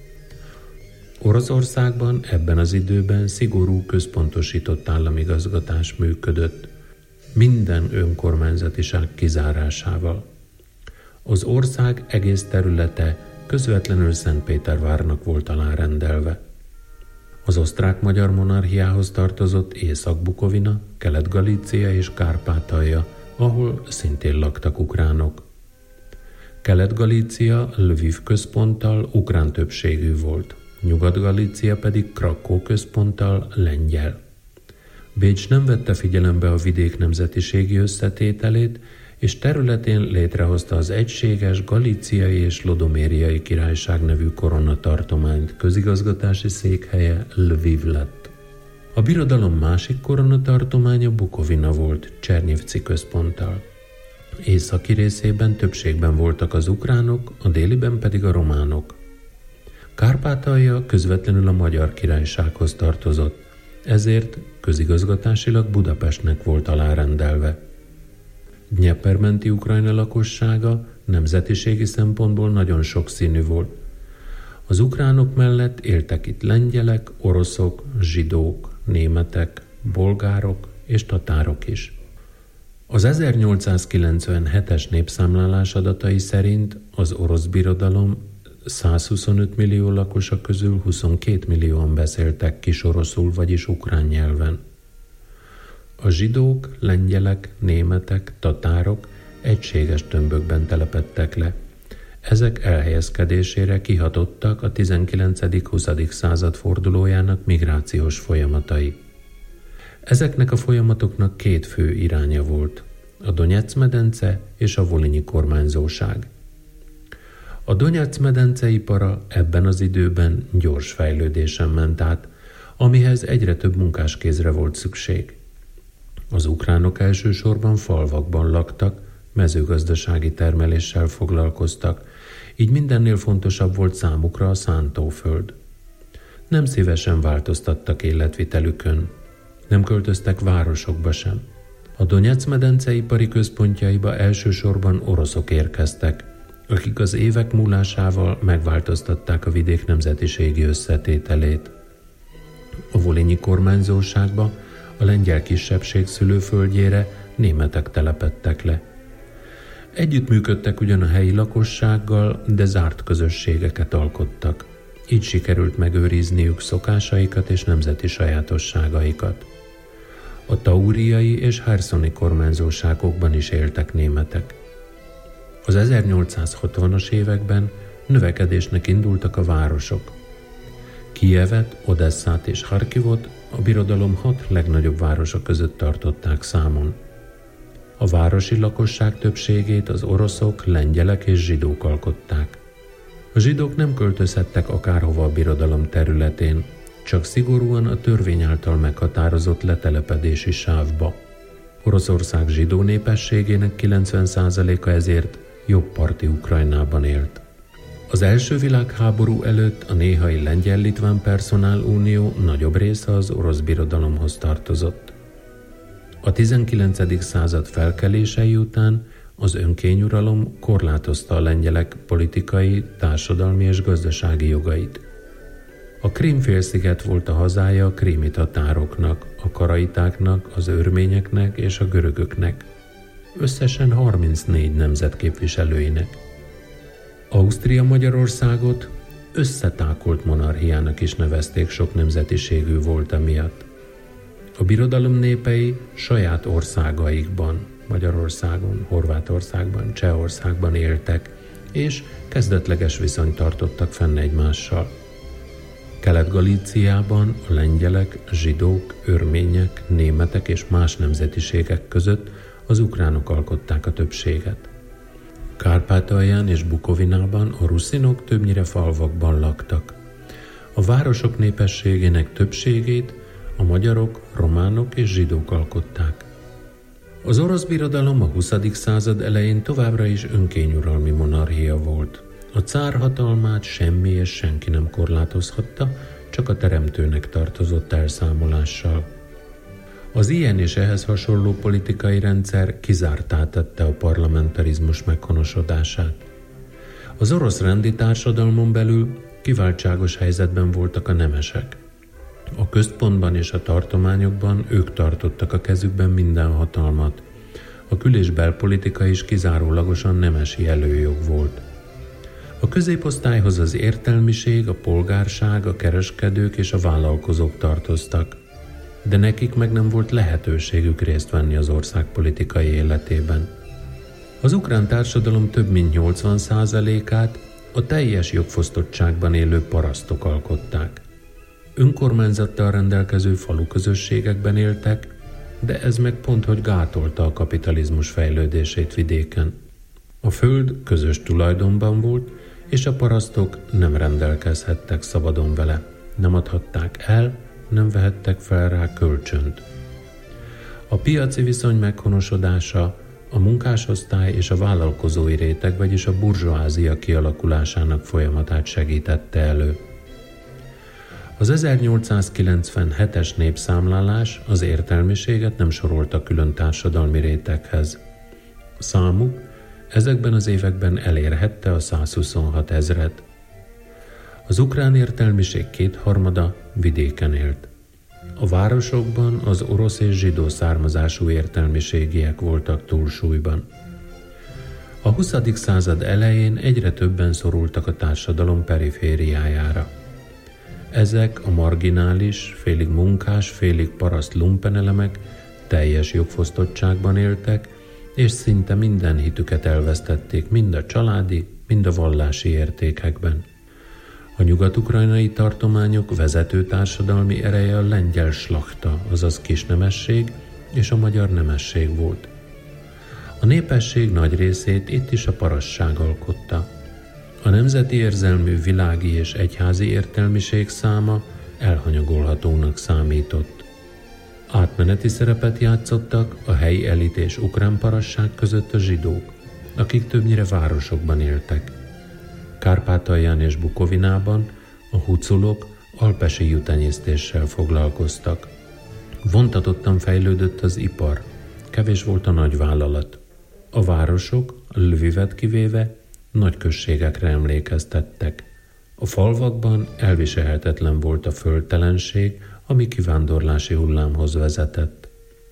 Oroszországban ebben az időben szigorú központosított államigazgatás működött, minden önkormányzatiság kizárásával. Az ország egész területe közvetlenül Szentpétervárnak volt alárendelve. Az osztrák-magyar monarchiához tartozott Észak-Bukovina, Kelet-Galícia és Kárpátalja, ahol szintén laktak ukránok. Kelet-Galícia Lviv központtal ukrán többségű volt, Nyugat-Galícia pedig Krakó központtal lengyel. Bécs nem vette figyelembe a vidék nemzetiségi összetételét, és területén létrehozta az egységes Galíciai és Lodomériai Királyság nevű koronatartományt, közigazgatási székhelye Lviv lett. A birodalom másik koronatartománya Bukovina volt, Csernyivci központtal. Északi részében többségben voltak az ukránok, a déliben pedig a románok. Kárpátalja közvetlenül a Magyar Királysághoz tartozott, ezért közigazgatásilag Budapestnek volt alárendelve. Dnyeper-menti Ukrajna lakossága nemzetiségi szempontból nagyon sokszínű volt. Az ukránok mellett éltek itt lengyelek, oroszok, zsidók, németek, bolgárok és tatárok is. Az ezernyolcszázkilencvenhetes népszámlálás adatai szerint az orosz birodalom százhuszonöt millió lakosa közül huszonkét millióan beszéltek kisoroszul, vagyis ukrán nyelven. A zsidók, lengyelek, németek, tatárok egységes tömbökben telepedtek le. Ezek elhelyezkedésére kihatottak a tizenkilencedik-huszadik század fordulójának migrációs folyamatai. Ezeknek a folyamatoknak két fő iránya volt, a Donyeck-medence és a Volinyi kormányzóság. A Donyeck-medence ipara ebben az időben gyors fejlődésen ment át, amihez egyre több munkáskézre volt szükség. Az ukránok elsősorban falvakban laktak, mezőgazdasági termeléssel foglalkoztak, így mindennél fontosabb volt számukra a szántóföld. Nem szívesen változtattak életvitelükön, nem költöztek városokba sem. A Donyeck-medence ipari központjaiba elsősorban oroszok érkeztek, akik az évek múlásával megváltoztatták a vidék nemzetiségi összetételét. A Volinyi kormányzóságba, a lengyel kisebbség szülőföldjére németek telepedtek le. Együttműködtek ugyan a helyi lakossággal, de zárt közösségeket alkottak. Így sikerült megőrizniük szokásaikat és nemzeti sajátosságaikat. A tauriai és herszoni kormányzóságokban is éltek németek. Az ezernyolcszázhatvanas években növekedésnek indultak a városok. Kijevet, Odesszát és Harkivot a birodalom hat legnagyobb városa között tartották számon. A városi lakosság többségét az oroszok, lengyelek és zsidók alkották. A zsidók nem költözhettek akárhova a birodalom területén, csak szigorúan a törvény által meghatározott letelepedési sávba. Oroszország zsidó népességének kilencven százaléka ezért jobbparti Ukrajnában élt. Az első világháború előtt a néhai lengyel-litván personál unió nagyobb része az orosz birodalomhoz tartozott. A tizenkilencedik század felkelései után az önkényuralom korlátozta a lengyelek politikai, társadalmi és gazdasági jogait. A Krím-félsziget volt a hazája a krími tatároknak, a karaitáknak, az örményeknek és a görögöknek, összesen harmincnégy nemzet képviselőinek. Ausztria Magyarországot összetákolt monarchiának is nevezték, sok nemzetiségű volt emiatt. A birodalom népei saját országaikban, Magyarországon, Horvátországban, Csehországban éltek, és kezdetleges viszonyt tartottak fenn egymással. Kelet-Galíciában a lengyelek, zsidók, örmények, németek és más nemzetiségek között az ukránok alkották a többséget. Kárpátalján és Bukovinában a ruszinok többnyire falvakban laktak. A városok népességének többségét a magyarok, románok és zsidók alkották. Az orosz birodalom a huszadik század elején továbbra is önkényuralmi monarchia volt. A cár hatalmát semmi és senki nem korlátozhatta, csak a teremtőnek tartozott elszámolással. Az ilyen és ehhez hasonló politikai rendszer kizártá tette a parlamentarizmus meghonosodását. Az orosz rendi társadalmon belül kiváltságos helyzetben voltak a nemesek. A központban és a tartományokban ők tartottak a kezükben minden hatalmat. A kül- és belpolitika is kizárólagosan nemesi előjog volt. A középosztályhoz az értelmiség, a polgárság, a kereskedők és a vállalkozók tartoztak, de nekik meg nem volt lehetőségük részt venni az ország politikai életében. Az ukrán társadalom több mint nyolcvan százalékát a teljes jogfosztottságban élő parasztok alkották. Önkormányzattal rendelkező faluközösségekben éltek, de ez meg pont, hogy gátolta a kapitalizmus fejlődését vidéken. A föld közös tulajdonban volt, és a parasztok nem rendelkezhettek szabadon vele, nem adhatták el, nem vehettek fel rá kölcsönt. A piaci viszony meghonosodása a munkásosztály és a vállalkozói réteg, vagyis a burzsóázia kialakulásának folyamatát segítette elő. Az ezernyolcszázkilencvenhetes népszámlálás az értelmiséget nem sorolta külön társadalmi réteghez. Számuk ezekben az években elérhette a százhuszonhat ezret. Az ukrán értelmiség kétharmada vidéken élt. A városokban az orosz és zsidó származású értelmiségiek voltak túlsúlyban. A huszadik század elején egyre többen szorultak a társadalom perifériájára. Ezek a marginális, félig munkás, félig paraszt lumpenelemek teljes jogfosztottságban éltek, és szinte minden hitüket elvesztették mind a családi, mind a vallási értékekben. A nyugat-ukrajnai tartományok vezető társadalmi ereje a lengyel slachta, azaz kisnemesség és a magyar nemesség volt. A népesség nagy részét itt is a parasság alkotta. A nemzeti érzelmű világi és egyházi értelmiség száma elhanyagolhatónak számított. Átmeneti szerepet játszottak a helyi elit és ukrán parasság között a zsidók, akik többnyire városokban éltek. Kárpátalján és Bukovinában a huculok alpesi juhtenyésztéssel foglalkoztak. Vontatottan fejlődött az ipar, kevés volt a nagyvállalat. A városok, Lvivet kivéve, nagy községekre emlékeztettek. A falvakban elviselhetetlen volt a földtelenség, ami kivándorlási hullámhoz vezetett.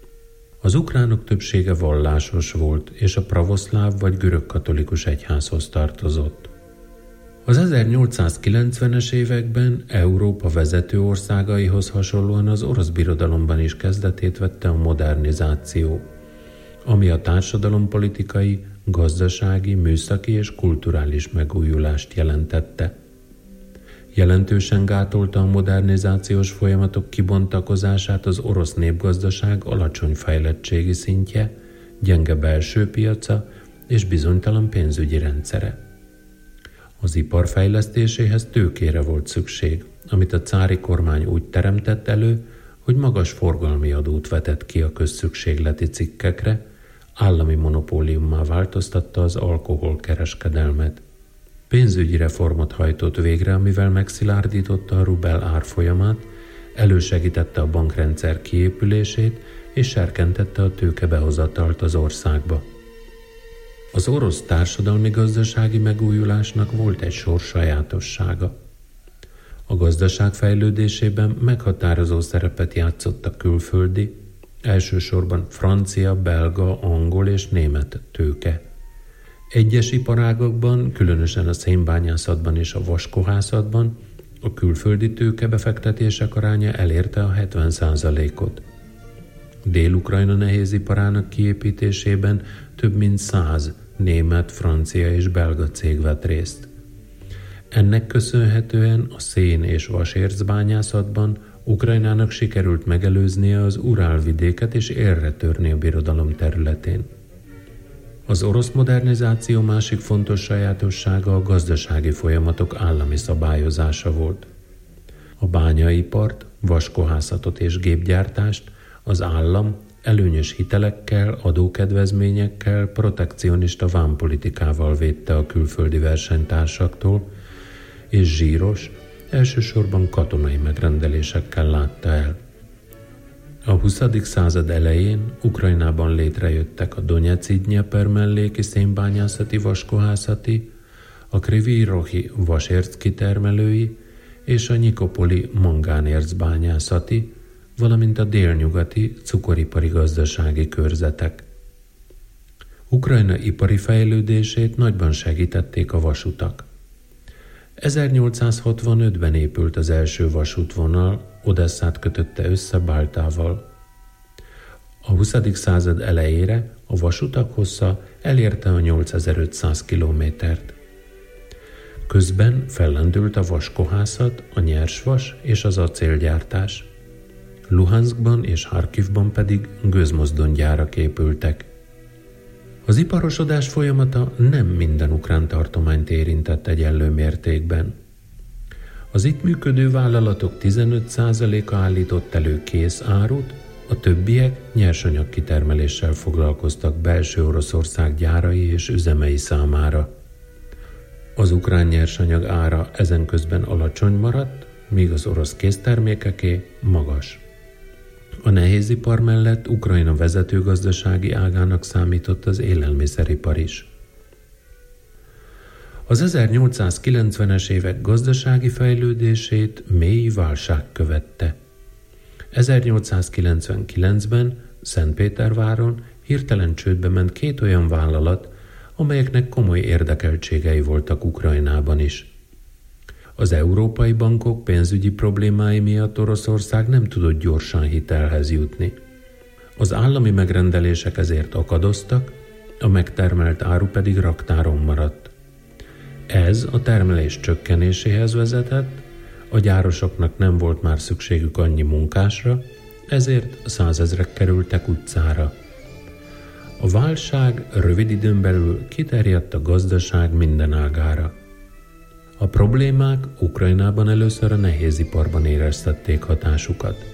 Az ukránok többsége vallásos volt, és a pravoszláv vagy görögkatolikus egyházhoz tartozott. Az ezernyolcszázkilencvenes években Európa vezető országaihoz hasonlóan az orosz birodalomban is kezdetét vette a modernizáció, ami a társadalompolitikai, gazdasági, műszaki és kulturális megújulást jelentette. Jelentősen gátolta a modernizációs folyamatok kibontakozását az orosz népgazdaság alacsony fejlettségi szintje, gyenge belső piaca és bizonytalan pénzügyi rendszere. Az ipar fejlesztéséhez tőkére volt szükség, amit a cári kormány úgy teremtett elő, hogy magas forgalmi adót vetett ki a közszükségleti cikkekre, állami monopóliummá változtatta az alkoholkereskedelmet. Pénzügyi reformot hajtott végre, amivel megszilárdította a rubel árfolyamát, elősegítette a bankrendszer kiépülését és serkentette a tőkebehozatalt az országba. Az orosz társadalmi-gazdasági megújulásnak volt egy sor sajátossága. A gazdaság fejlődésében meghatározó szerepet játszott a külföldi, elsősorban francia, belga, angol és német tőke. Egyes iparágakban, különösen a szénbányászatban és a vaskohászatban a külföldi tőkebefektetések aránya elérte a hetven százalékot. Dél-Ukrajna nehéziparának kiépítésében több mint száz német, francia és belga cég vett részt. Ennek köszönhetően a szén- és vasércbányászatban Ukrajnának sikerült megelőznie az Urál-vidéket és élre törni a birodalom területén. Az orosz modernizáció másik fontos sajátossága a gazdasági folyamatok állami szabályozása volt. A bányaipart, vaskohászatot és gépgyártást az állam előnyös hitelekkel, adókedvezményekkel, protekcionista vámpolitikával védte a külföldi versenytársaktól, és zsíros, elsősorban katonai megrendelésekkel látta el. A huszadik század elején Ukrajnában létrejöttek a Doneci-Dnyeper melléki szénbányászati vaskohászati, a Krivij Rohi vasérc kitermelői és a Nyikopoli mangánércbányászati, valamint a délnyugati cukoripari gazdasági körzetek. Ukrajna ipari fejlődését nagyban segítették a vasutak. ezernyolcszázhatvanötben épült az első vasútvonal, Odesszát kötötte össze Baltával. A huszadik század elejére a vasutak hossza elérte a nyolcezer-ötszáz kilométert. Közben fellendült a vaskohászat, a nyersvas és az acélgyártás. Luhanskban és Harkivban pedig gőzmozdonygyárak épültek. Az iparosodás folyamata nem minden ukrán tartományt érintett egyenlő mértékben. Az itt működő vállalatok tizenöt százaléka állított elő kész árut, a többiek nyersanyag kitermeléssel foglalkoztak belső Oroszország gyárai és üzemei számára. Az ukrán nyersanyag ára ezen közben alacsony maradt, míg az orosz késztermékeké magas. A nehézipar mellett Ukrajna vezető gazdasági ágának számított az élelmiszeripar is. Az ezernyolcszázkilencvenes évek gazdasági fejlődését mély válság követte. ezernyolcszázkilencvenkilencben Szentpéterváron hirtelen csődbe ment két olyan vállalat, amelyeknek komoly érdekeltségei voltak Ukrajnában is. Az európai bankok pénzügyi problémái miatt Oroszország nem tudott gyorsan hitelhez jutni. Az állami megrendelések ezért akadoztak, a megtermelt áru pedig raktáron maradt. Ez a termelés csökkenéséhez vezetett, a gyárosoknak nem volt már szükségük annyi munkásra, ezért százezrek kerültek utcára. A válság rövid időn belül kiterjedt a gazdaság minden ágára. A problémák Ukrajnában először a nehéziparban éreztették hatásukat.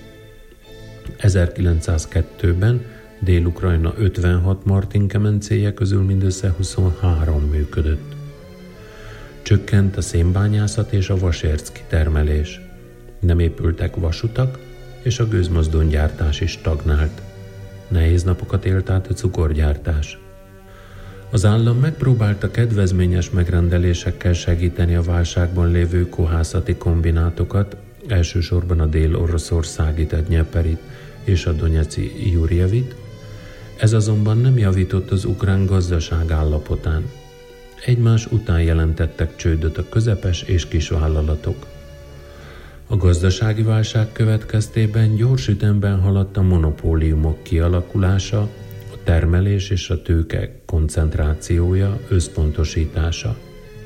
ezerkilencszázkettőben Dél-Ukrajna ötvenhat martinkemencéje közül mindössze huszonhárom működött. Csökkent a szénbányászat és a vasérc kitermelés. Nem épültek vasutak, és a gőzmozdonygyártás is stagnált. Nehéz napokat élt át a cukorgyártás. Az állam megpróbálta kedvezményes megrendelésekkel segíteni a válságban lévő kohászati kombinátokat, elsősorban a dél-oroszországi Dnyeperit és a Doneci Jurjevit. Ez azonban nem javított az ukrán gazdaság állapotán. Egymás után jelentettek csődöt a közepes és kis vállalatok. A gazdasági válság következtében gyors ütemben haladt a monopóliumok kialakulása, a termelés és a tőke koncentrációja, összpontosítása.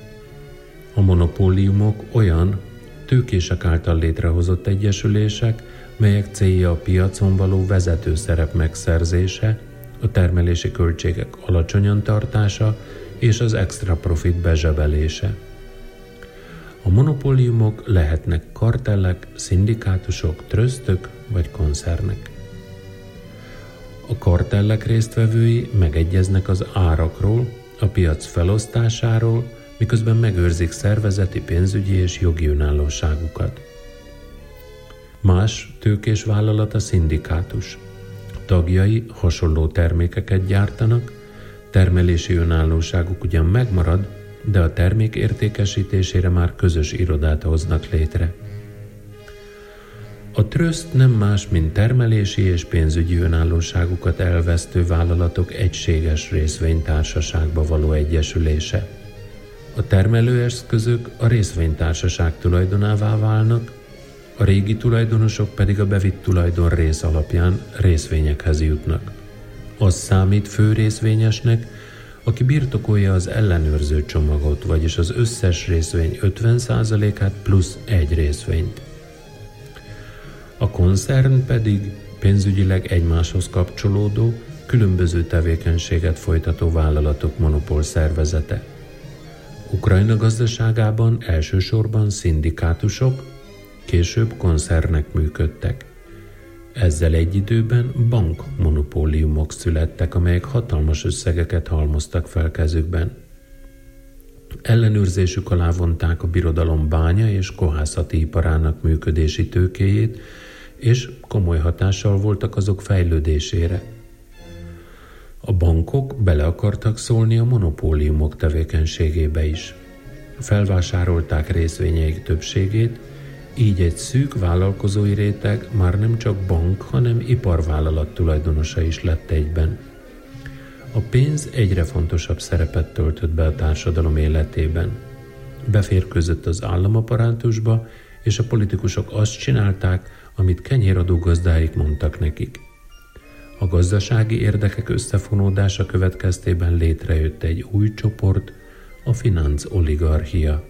A monopóliumok olyan tőkések által létrehozott egyesülések, melyek célja a piacon való vezető szerep megszerzése, a termelési költségek alacsonyan tartása és az extra profit bezsebelése. A monopóliumok lehetnek kartellek, szindikátusok, trösztök vagy koncernek. A kartellek résztvevői megegyeznek az árakról, a piac felosztásáról, miközben megőrzik szervezeti, pénzügyi és jogi önállóságukat. Más tőkés vállalat a szindikátus. Tagjai hasonló termékeket gyártanak, termelési önállóságuk ugyan megmarad, de a termék értékesítésére már közös irodát hoznak létre. A tröszt nem más, mint termelési és pénzügyi önállóságukat elvesztő vállalatok egységes részvénytársaságba való egyesülése. A termelőeszközök a részvénytársaság tulajdonává válnak, a régi tulajdonosok pedig a bevitt tulajdon rész alapján részvényekhez jutnak. Az számít fő részvényesnek, aki birtokolja az ellenőrző csomagot, vagyis az összes részvény ötven százalékát plusz egy részvényt. A koncern pedig pénzügyileg egymáshoz kapcsolódó, különböző tevékenységet folytató vállalatok monopól szervezete. Ukrajna gazdaságában elsősorban szindikátusok, később koncernek működtek. Ezzel egy időben bankmonopóliumok születtek, amelyek hatalmas összegeket halmoztak fel kezükben. Ellenőrzésük alá vonták a birodalom bánya és kohászati iparának működési tőkéjét, és komoly hatással voltak azok fejlődésére. A bankok bele akartak szólni a monopóliumok tevékenységébe is. Felvásárolták részvényeik többségét, így egy szűk vállalkozói réteg már nem csak bank, hanem iparvállalat tulajdonosa is lett egyben. A pénz egyre fontosabb szerepet töltött be a társadalom életében. Beférkőzött az államaparátusba, és a politikusok azt csinálták, amit kenyéradó gazdáik mondtak nekik. A gazdasági érdekek összefonódása következtében létrejött egy új csoport, a finanszoligarchia.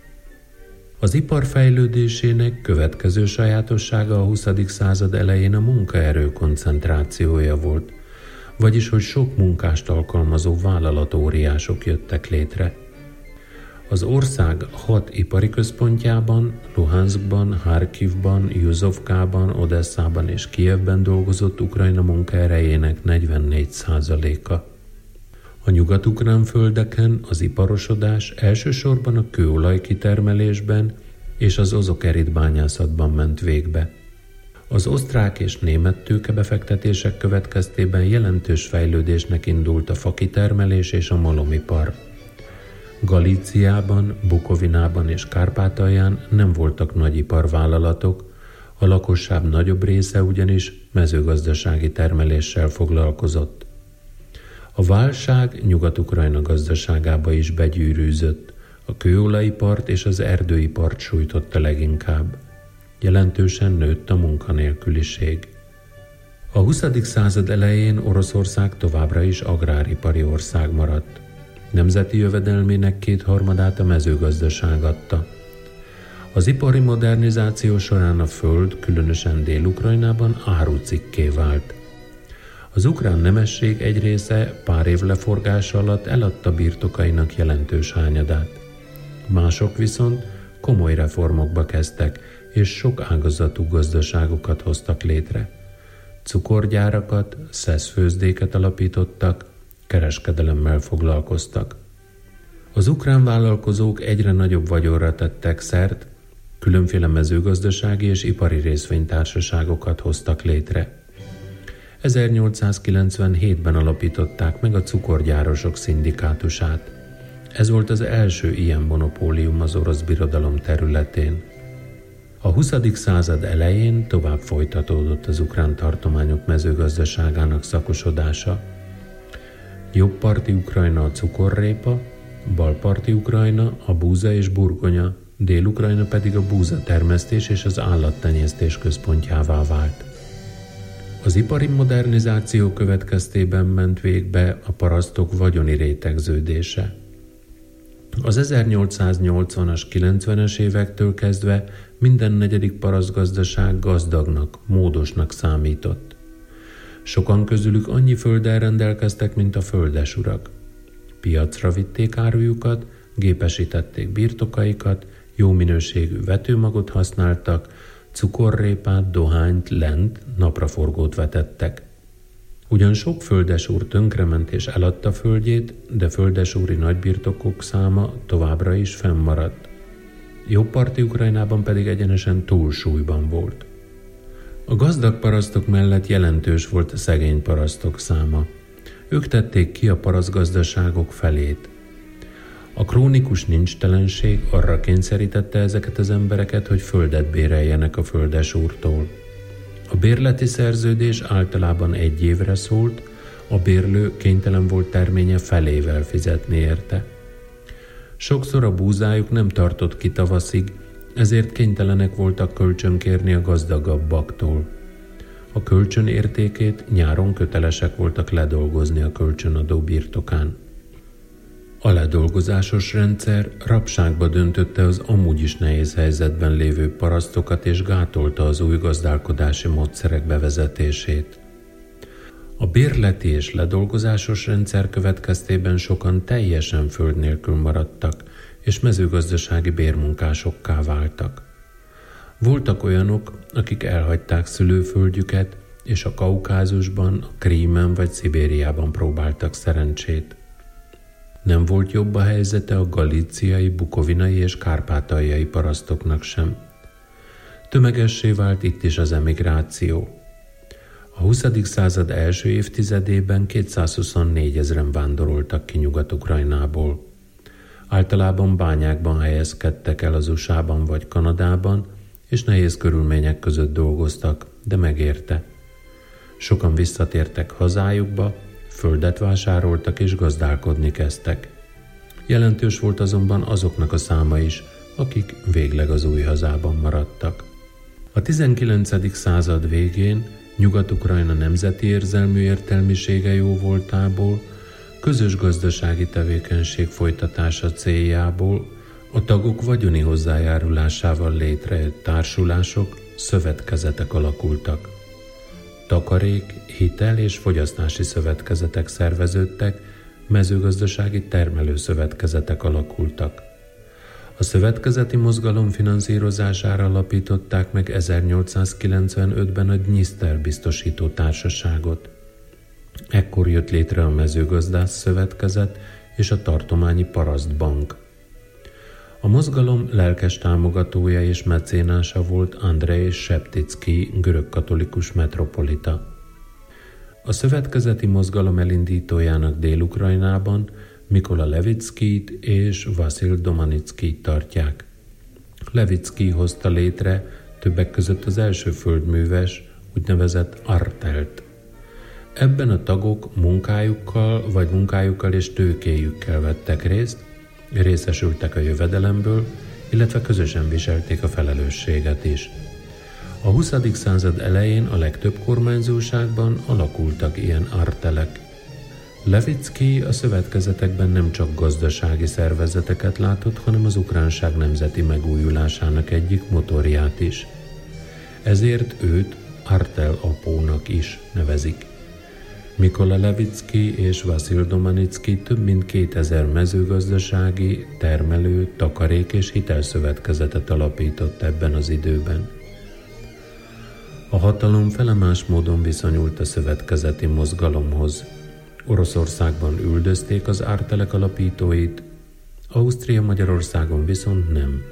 Az ipar fejlődésének következő sajátossága a huszadik század elején a munkaerő koncentrációja volt, vagyis hogy sok munkást alkalmazó vállalatóriások jöttek létre. Az ország hat ipari központjában, Luhanskban, Harkivban, Juzovkában, Odesszában és Kijevben dolgozott Ukrajna munkaerejének negyvennégy százaléka. A nyugat-ukrán földeken az iparosodás elsősorban a kőolaj kitermelésben és az ozokerit bányászatban ment végbe. Az osztrák és német tőkebefektetések következtében jelentős fejlődésnek indult a fakitermelés és a malomipar. Galíciában, Bukovinában és Kárpátalján nem voltak nagy iparvállalatok, a lakosság nagyobb része ugyanis mezőgazdasági termeléssel foglalkozott. A válság Nyugat-Ukrajna gazdaságába is begyűrűzött, a kőolajipart és az erdőipart sújtotta leginkább. Jelentősen nőtt a munkanélküliség. A huszadik század elején Oroszország továbbra is agráripari ország maradt. Nemzeti jövedelmének kétharmadát a mezőgazdaság adta. Az ipari modernizáció során a föld, különösen Dél-Ukrajnában árucikké vált. Az ukrán nemesség egy része pár év leforgása alatt eladta birtokainak jelentős hányadát. Mások viszont komoly reformokba kezdtek, és sok ágazatú gazdaságokat hoztak létre. Cukorgyárakat, szeszfőzdéket alapítottak, kereskedelemmel foglalkoztak. Az ukrán vállalkozók egyre nagyobb vagyonra tettek szert, különféle mezőgazdasági és ipari részvénytársaságokat hoztak létre. ezernyolcszázkilencvenhétben alapították meg a cukorgyárosok szindikátusát. Ez volt az első ilyen monopólium az orosz birodalom területén. A huszadik század elején tovább folytatódott az ukrán tartományok mezőgazdaságának szakosodása. Jobbparti Ukrajna a cukorrépa, balparti Ukrajna a búza és burgonya, Dél-Ukrajna pedig a búza termesztés és az állattenyésztés központjává vált. Az ipari modernizáció következtében ment végbe a parasztok vagyoni rétegződése. Az ezernyolcszáznyolcvanas, kilencvenes évektől kezdve minden negyedik parasztgazdaság gazdagnak, módosnak számított. Sokan közülük annyi földdel rendelkeztek, mint a földesurak. Piacra vitték árujukat, gépesítették birtokaikat, jó minőségű vetőmagot használtak, cukorrépát, dohányt, lent, napraforgót vetettek. Ugyan sok földesúr tönkrement és eladta földjét, de földesúri nagybirtokok száma továbbra is fennmaradt. Jobbparti Ukrajnában pedig egyenesen túlsúlyban volt. A gazdag parasztok mellett jelentős volt a szegény parasztok száma. Ők tették ki a parasztgazdaságok felét. A krónikus nincstelenség arra kényszerítette ezeket az embereket, hogy földet béreljenek a földesúrtól. A bérleti szerződés általában egy évre szólt, a bérlő kénytelen volt terménye felével fizetni érte. Sokszor a búzájuk nem tartott ki tavaszig, ezért kénytelenek voltak kölcsönkérni a gazdagabbaktól. A kölcsön értékét nyáron kötelesek voltak ledolgozni a kölcsönadó birtokán. A ledolgozásos rendszer rabságba döntötte az amúgy is nehéz helyzetben lévő parasztokat és gátolta az új gazdálkodási módszerek bevezetését. A bérleti és ledolgozásos rendszer következtében sokan teljesen föld nélkül maradtak, és mezőgazdasági bérmunkásokká váltak. Voltak olyanok, akik elhagyták szülőföldjüket, és a Kaukázusban, a Krímen vagy Szibériában próbáltak szerencsét. Nem volt jobb a helyzete a galíciai, bukovinai és kárpátaljai parasztoknak sem. Tömegessé vált itt is az emigráció. A huszadik század első évtizedében kétszázhuszonnégy ezren vándoroltak ki Nyugat-Ukrajnából. Általában bányákban helyezkedtek el az u es á-ban vagy Kanadában, és nehéz körülmények között dolgoztak, de megérte. Sokan visszatértek hazájukba, földet vásároltak és gazdálkodni kezdtek. Jelentős volt azonban azoknak a száma is, akik végleg az új hazában maradtak. A tizenkilencedik század végén Nyugat-Ukrajna nemzeti érzelmű értelmisége jóvoltából, közös gazdasági tevékenység folytatása céljából a tagok vagyoni hozzájárulásával létrejött társulások, szövetkezetek alakultak. Takarék, hitel és fogyasztási szövetkezetek szerveződtek, mezőgazdasági termelőszövetkezetek alakultak. A szövetkezeti mozgalom finanszírozására alapították meg ezernyolcszázkilencvenötben a Dniszter biztosító társaságot. Ekkor jött létre a mezőgazdász szövetkezet és a tartományi parasztbank. A mozgalom lelkes támogatója és mecénása volt Andrej Septicki, görögkatolikus metropolita. A szövetkezeti mozgalom elindítójának Dél-Ukrajnában Mikola Levickit és Vasil Domanickit tartják. Levicki hozta létre többek között az első földműves, úgynevezett artelt. Ebben a tagok munkájukkal vagy munkájukkal és tőkéjükkel vettek részt, részesültek a jövedelemből, illetve közösen viselték a felelősséget is. A huszadik század elején a legtöbb kormányzóságban alakultak ilyen artelek. Levicki a szövetkezetekben nem csak gazdasági szervezeteket látott, hanem az ukránság nemzeti megújulásának egyik motorját is. Ezért őt Artel apónak is nevezik. Mikola Levicki és Vasil Domanicki több mint kétezer mezőgazdasági, termelő, takarék és hitelszövetkezetet alapított ebben az időben. A hatalom felemás módon viszonyult a szövetkezeti mozgalomhoz. Oroszországban üldözték az ártelek alapítóit, Ausztria-Magyarországon viszont nem.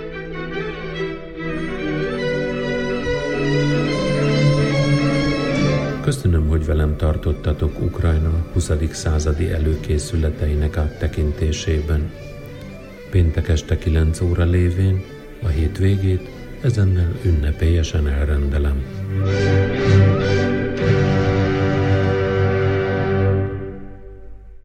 Köszönöm, hogy velem tartottatok Ukrajna huszadik századi előkészületeinek áttekintésében. Péntek este kilenc óra lévén a hétvégét ezennel ünnepélyesen elrendelem.